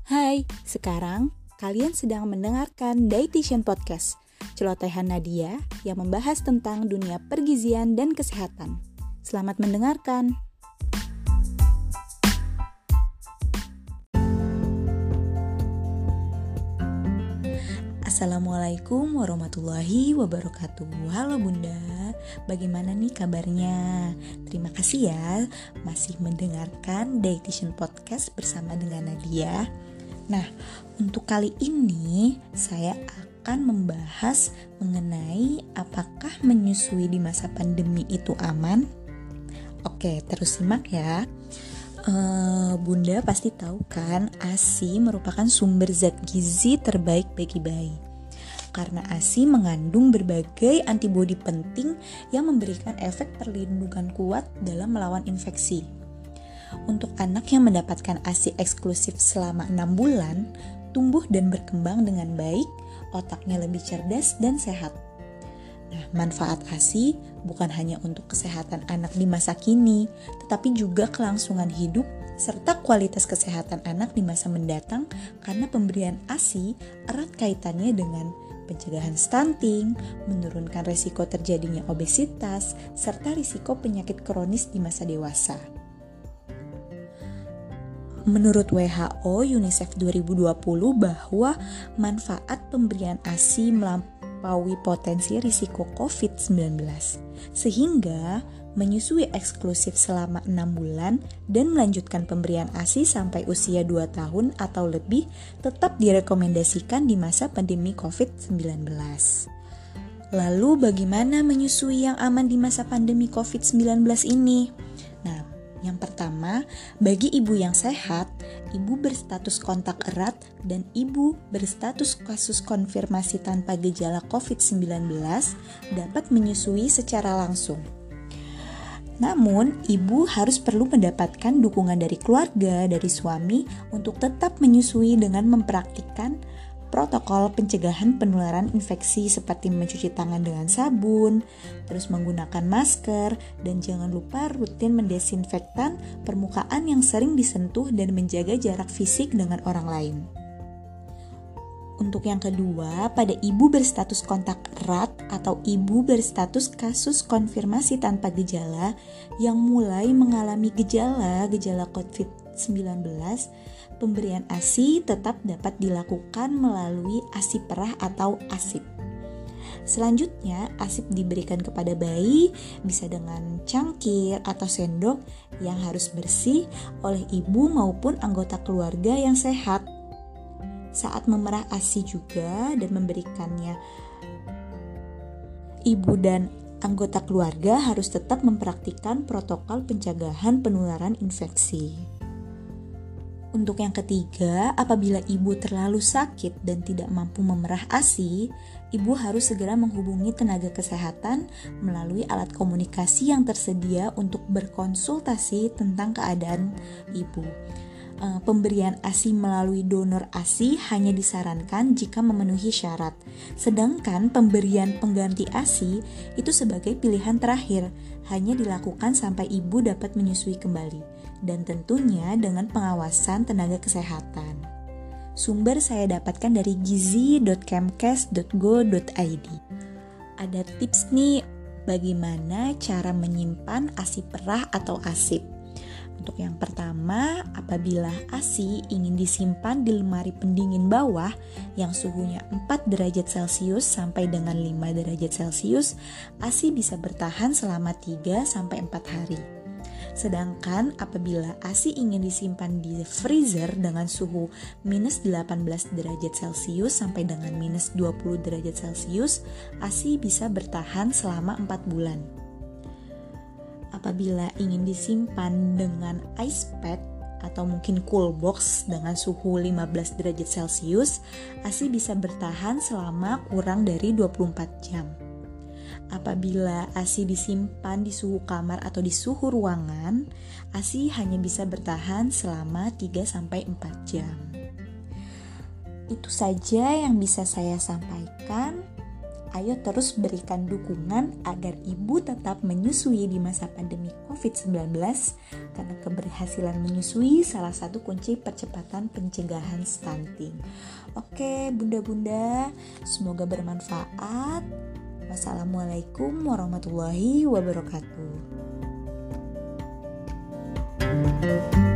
Hai, sekarang kalian sedang mendengarkan Dietitian Podcast, celotehan Nadia yang membahas tentang dunia pergizian dan kesehatan. Selamat mendengarkan. Assalamualaikum warahmatullahi wabarakatuh. Halo Bunda, bagaimana nih kabarnya? Terima kasih ya masih mendengarkan Dietitian Podcast bersama dengan Nadia. Nah, untuk kali ini saya akan membahas mengenai apakah menyusui di masa pandemi itu aman? Oke, terus simak ya. Bunda pasti tahu kan, ASI merupakan sumber zat gizi terbaik bagi bayi. Karena ASI mengandung berbagai antibodi penting yang memberikan efek perlindungan kuat dalam melawan infeksi. Untuk anak yang mendapatkan ASI eksklusif selama 6 bulan, tumbuh dan berkembang dengan baik, otaknya lebih cerdas dan sehat. Nah, manfaat ASI bukan hanya untuk kesehatan anak di masa kini, tetapi juga kelangsungan hidup serta kualitas kesehatan anak di masa mendatang karena pemberian ASI erat kaitannya dengan pencegahan stunting, menurunkan risiko terjadinya obesitas, serta risiko penyakit kronis di masa dewasa. Menurut WHO UNICEF 2020 bahwa manfaat pemberian ASI melampaui potensi risiko COVID-19, sehingga menyusui eksklusif selama 6 bulan dan melanjutkan pemberian ASI sampai usia 2 tahun atau lebih tetap direkomendasikan di masa pandemi COVID-19. Lalu bagaimana menyusui yang aman di masa pandemi COVID-19 ini? Nah, yang pertama, bagi ibu yang sehat, ibu berstatus kontak erat dan ibu berstatus kasus konfirmasi tanpa gejala COVID-19 dapat menyusui secara langsung. Namun, ibu harus perlu mendapatkan dukungan dari keluarga, dari suami untuk tetap menyusui dengan mempraktikkan protokol pencegahan penularan infeksi seperti mencuci tangan dengan sabun, terus menggunakan masker, dan jangan lupa rutin mendesinfektan permukaan yang sering disentuh dan menjaga jarak fisik dengan orang lain. Untuk yang kedua, pada ibu berstatus kontak erat atau ibu berstatus kasus konfirmasi tanpa gejala yang mulai mengalami gejala COVID-19, pemberian ASI tetap dapat dilakukan melalui ASI perah atau ASIP. Selanjutnya, ASIP diberikan kepada bayi bisa dengan cangkir atau sendok yang harus bersih oleh ibu maupun anggota keluarga yang sehat. Saat memerah ASI juga dan memberikannya, ibu dan anggota keluarga harus tetap mempraktikkan protokol pencegahan penularan infeksi. Untuk yang ketiga, apabila ibu terlalu sakit dan tidak mampu memerah ASI, ibu harus segera menghubungi tenaga kesehatan melalui alat komunikasi yang tersedia untuk berkonsultasi tentang keadaan ibu. Pemberian ASI melalui donor ASI hanya disarankan jika memenuhi syarat. Sedangkan pemberian pengganti ASI itu sebagai pilihan terakhir, hanya dilakukan sampai ibu dapat menyusui kembali, dan tentunya dengan pengawasan tenaga kesehatan. Sumber saya dapatkan dari gizi.kemkes.go.id. Ada tips nih bagaimana cara menyimpan ASI perah atau ASIP. Untuk yang pertama, apabila ASI ingin disimpan di lemari pendingin bawah yang suhunya 4 derajat Celcius sampai dengan 5 derajat Celcius, ASI bisa bertahan selama 3-4 hari. Sedangkan apabila ASI ingin disimpan di freezer dengan suhu minus 18 derajat Celcius sampai dengan minus 20 derajat Celcius, ASI bisa bertahan selama 4 bulan. Apabila ingin disimpan dengan ice pack atau mungkin cool box dengan suhu 15 derajat Celcius, ASI bisa bertahan selama kurang dari 24 jam. Apabila ASI disimpan di suhu kamar atau di suhu ruangan, ASI hanya bisa bertahan selama 3-4 jam. Itu saja yang bisa saya sampaikan. Ayo terus berikan dukungan agar ibu tetap menyusui di masa pandemi COVID-19, karena keberhasilan menyusui salah satu kunci percepatan pencegahan stunting. Oke bunda-bunda, semoga bermanfaat. Wassalamualaikum warahmatullahi wabarakatuh.